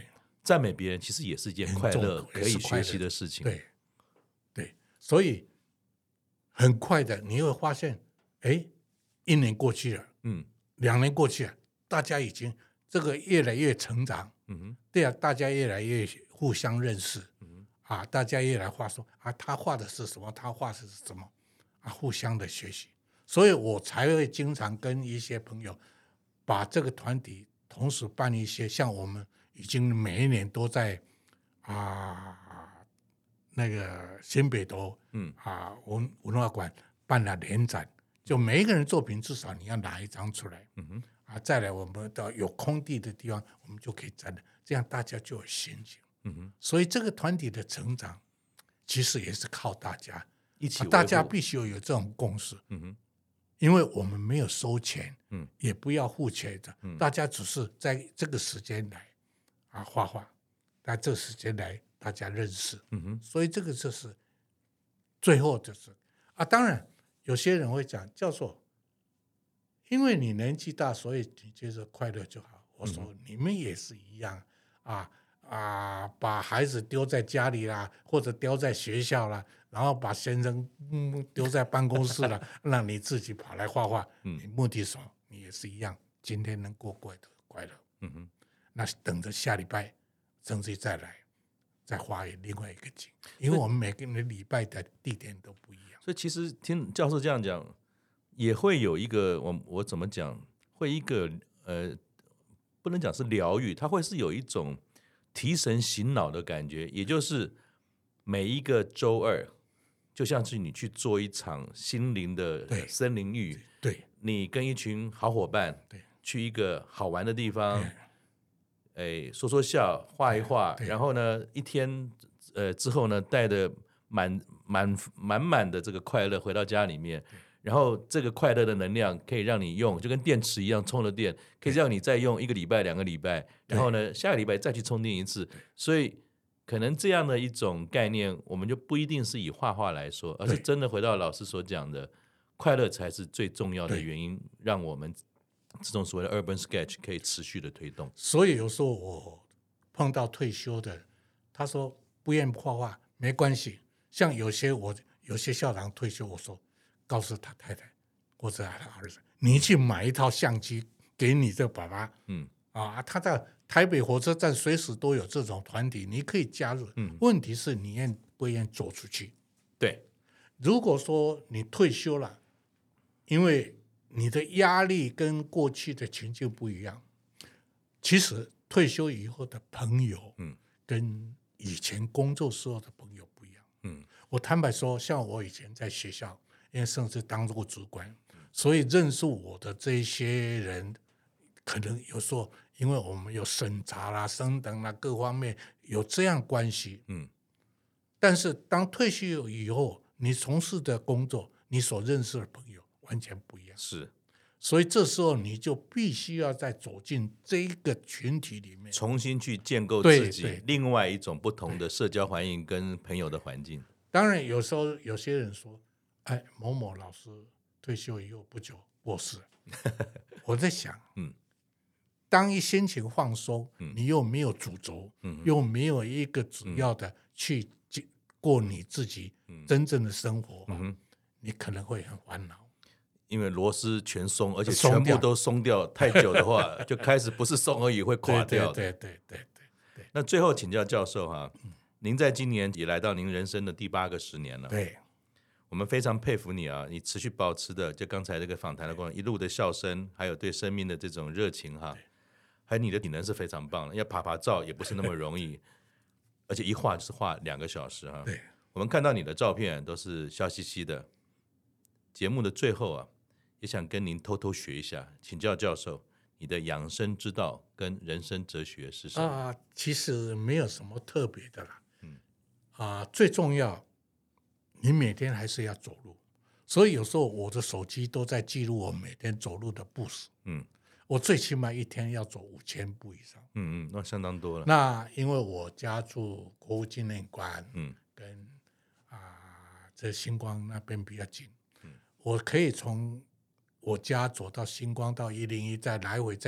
赞美别人其实也是一件快乐很重可以学习的事情。 对对，所以很快的你会发现，哎，一年过去了， 嗯， 两年过去了，大家已经这个越来越成长， 嗯哼， 对啊，大家越来越互相认识， 嗯啊，大家越来画说啊，他画的是什么，他画的是什么，啊，互相的学习，所以我才会经常跟一些朋友把这个团体同时办一些，像我们已经每一年都在啊那个新北投嗯啊文文化馆办了联展，就每一个人作品至少你要拿一张出来， 嗯哼， 啊，再来我们到有空地的地方，我们就可以展了，这样大家就有心情。 嗯哼， 所以这个团体的成长，其实也是靠大家一起维护、 啊大家必须要有这种共识。 嗯哼， 因为我们没有收钱， 嗯， 也不要付钱的， 嗯大家只是在这个时间来啊画画，在这个时间来大家认识， 嗯哼， 所以这个就是最后就是啊，当然有些人会讲教授，因为你年纪大，所以你觉得快乐就好。我说、 嗯、 你们也是一样啊啊，把孩子丢在家里啦，或者丢在学校啦，然后把先生嗯丢在办公室了，让你自己跑来画画， 嗯你目的是什么？你也是一样，今天能过快乐快乐， 嗯哼， 那等着下礼拜甚至再来再画另外一个景，因为我们每个人的礼拜的地点都不一样。 所以其实听教授这样讲，也会有一个我我怎么讲，会一个呃，不能讲是疗愈，它会是有一种提神醒脑的感觉，也就是每一个周二，就像是你去做一场心灵的对森林浴， 对你跟一群好伙伴对去一个好玩的地方对， 哎，说说笑，画一画， 对然后呢，一天呃之后呢，带着满满满满的这个快乐回到家里面，然后这个快乐的能量可以让你用，就跟电池一样充了电，可以让你再用一个礼拜、两个礼拜，然后呢，下个礼拜再去充电一次。所以可能这样的一种概念，我们就不一定是以画画来说，而是真的回到老师所讲的，快乐才是最重要的原因，让我们这种所谓的 urban sketch 可以持续的推动。 所以有时候我碰到退休的，他说不愿意画画没关系，像有些我有些校长退休，我说告诉他太太或者他儿子，你去买一套相机给你这爸爸， 嗯啊，他在台北火车站随时都有这种团体，你可以加入。 嗯， 问题是你愿不愿意走出去？ 对， 如果说你退休了，因为你的压力跟过去的情境不一样，其实退休以后的朋友， 嗯， 跟以前工作时候的朋友不一样。 嗯， 我坦白说，像我以前在学校，因为甚至当过主管，所以认识我的这些人，可能有时候因为我们有审查啦、升等啦各方面有这样关系， 嗯， 但是当退休以后，你从事的工作，你所认识的朋友完全不一样， 是， 所以这时候你就必须要再走进这一个群体里面， 重新去建构对自己对另外一种不同的社交环境跟朋友的环境。 当然，有时候有些人说：“哎，某某老师退休以后不久过世了。”我在想， 嗯， 当一心情放松， 嗯你又没有主轴， 嗯又没有一个主要的去过你自己真正的生活， 嗯哼， 你可能会很烦恼。 因为螺丝全松，而且松掉全部都松掉太久的话，就开始不是松而已，会垮掉的。 对对对对对对那最后请教教授哈，您在今年也来到您人生的第八个十年了。 对， 我们非常佩服你啊，你持续保持的就刚才这个访谈的过程，一路的笑声，还有对生命的这种热情哈，还有你的体能是非常棒的，要爬爬照也不是那么容易，而且一画就是画两个小时哈。 对， 我们看到你的照片都是笑嘻嘻的。节目的最后啊，也想跟您偷偷学一下，请教教授，你的养生之道跟人生哲学是什么？ 啊，其实没有什么特别的啦。 嗯， 啊，最重要，你每天还是要走路。所以有时候我的手机都在记录我每天走路的步数。 嗯我最起码一天要走五千步以上。 嗯嗯，那相当多了。 那因为我家住国父纪念馆， 嗯跟啊这星光那边比较近， 嗯我可以从我家走到星光到一零一，再来回再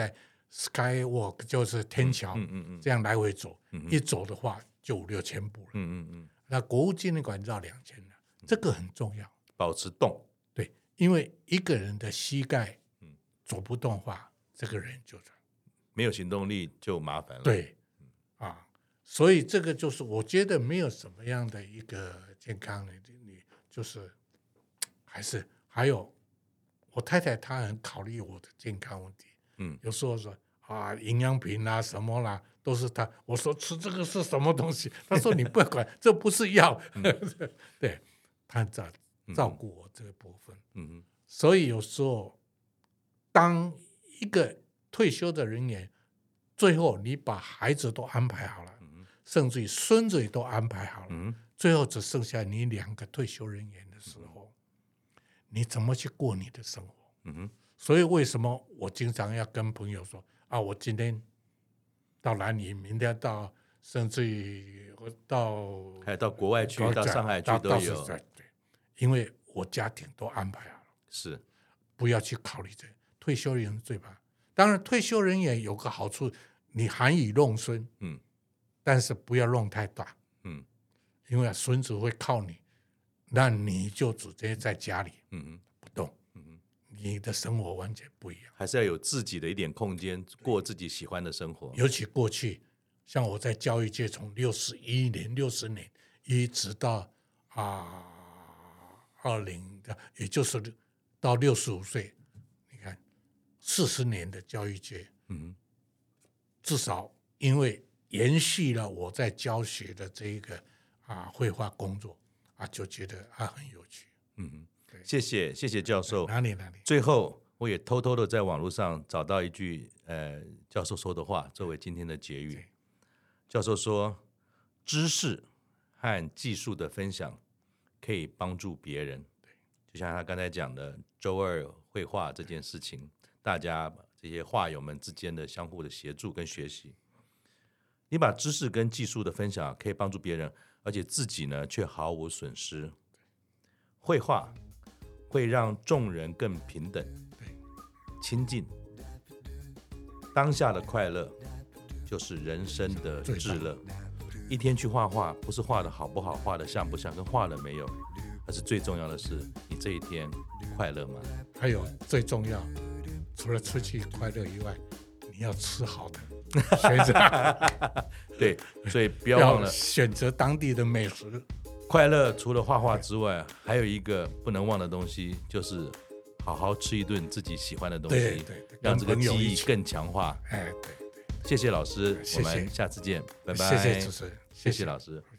skywalk 就是天桥， 嗯嗯嗯这样来回走， 嗯一走的话就五六千步了。 嗯嗯嗯， 那国务纪念馆绕两千了，这个很重要。 保持动， 对，因为一个人的膝盖嗯走不动的话，这个人就没有行动力就麻烦了。， 对啊，所以这个就是我觉得没有什么样的一个健康，你你就是还是还有我太太她很考虑我的健康问题， 嗯有时候说啊营养品啦什么啦都是她，我说吃这个是什么东西，她说你不要管，这不是药，对，她照照顾我这个部分， 嗯哼所以有时候当一个退休的人员，最后你把孩子都安排好了，甚至于孙子也都安排好了， 嗯最后只剩下你两个退休人员的时候，你怎么去过你的生活？ 嗯哼所以为什么我经常要跟朋友说啊，我今天到哪里，明天到，甚至于我到还有到国外去，到上海去到到都有， 对，因为我家庭都安排好了， 是， 不要去考虑这个。退休人员最怕。当然，退休人员有个好处，你含饴弄孙， 嗯但是不要弄太大， 嗯因为孙子会靠你，那你就直接在家里嗯哼不动， 嗯哼， 你的生活完全不一样。 还是要有自己的一点空间，过自己喜欢的生活。 尤其过去，像我在教育界从六十一年、六十年，一直到啊二零的，也就是到六十五岁，你看四十年的教育界， 嗯至少因为延续了我在教学的这一个啊绘画工作啊，就觉得啊很有趣。 嗯哼，谢谢谢谢教授。 哪里哪里？ 最后，我也偷偷的在网络上找到一句呃教授说的话，作为今天的结语。教授说，知识和技术的分享可以帮助别人。就像他刚才讲的周二绘画这件事情，大家这些画友们之间的相互的协助跟学习，你把知识跟技术的分享可以帮助别人，而且自己呢却毫无损失。绘画会让众人更平等、亲近，当下的快乐就是人生的至乐。一天去画画，不是画的好不好，画的像不像，跟画了没有，而是最重要的是你这一天快乐吗？ 还有最重要，除了出去快乐以外，你要吃好的，选择对，所以不要忘了， 选择当地的美食。 快乐除了画画之外，还有一个不能忘的东西，就是好好吃一顿自己喜欢的东西， 对对对让这个跟朋友一起记忆更强化。 哎，对对， 谢谢老师， 谢谢我们下次见，拜拜。 谢谢主持人， 谢谢老师。 谢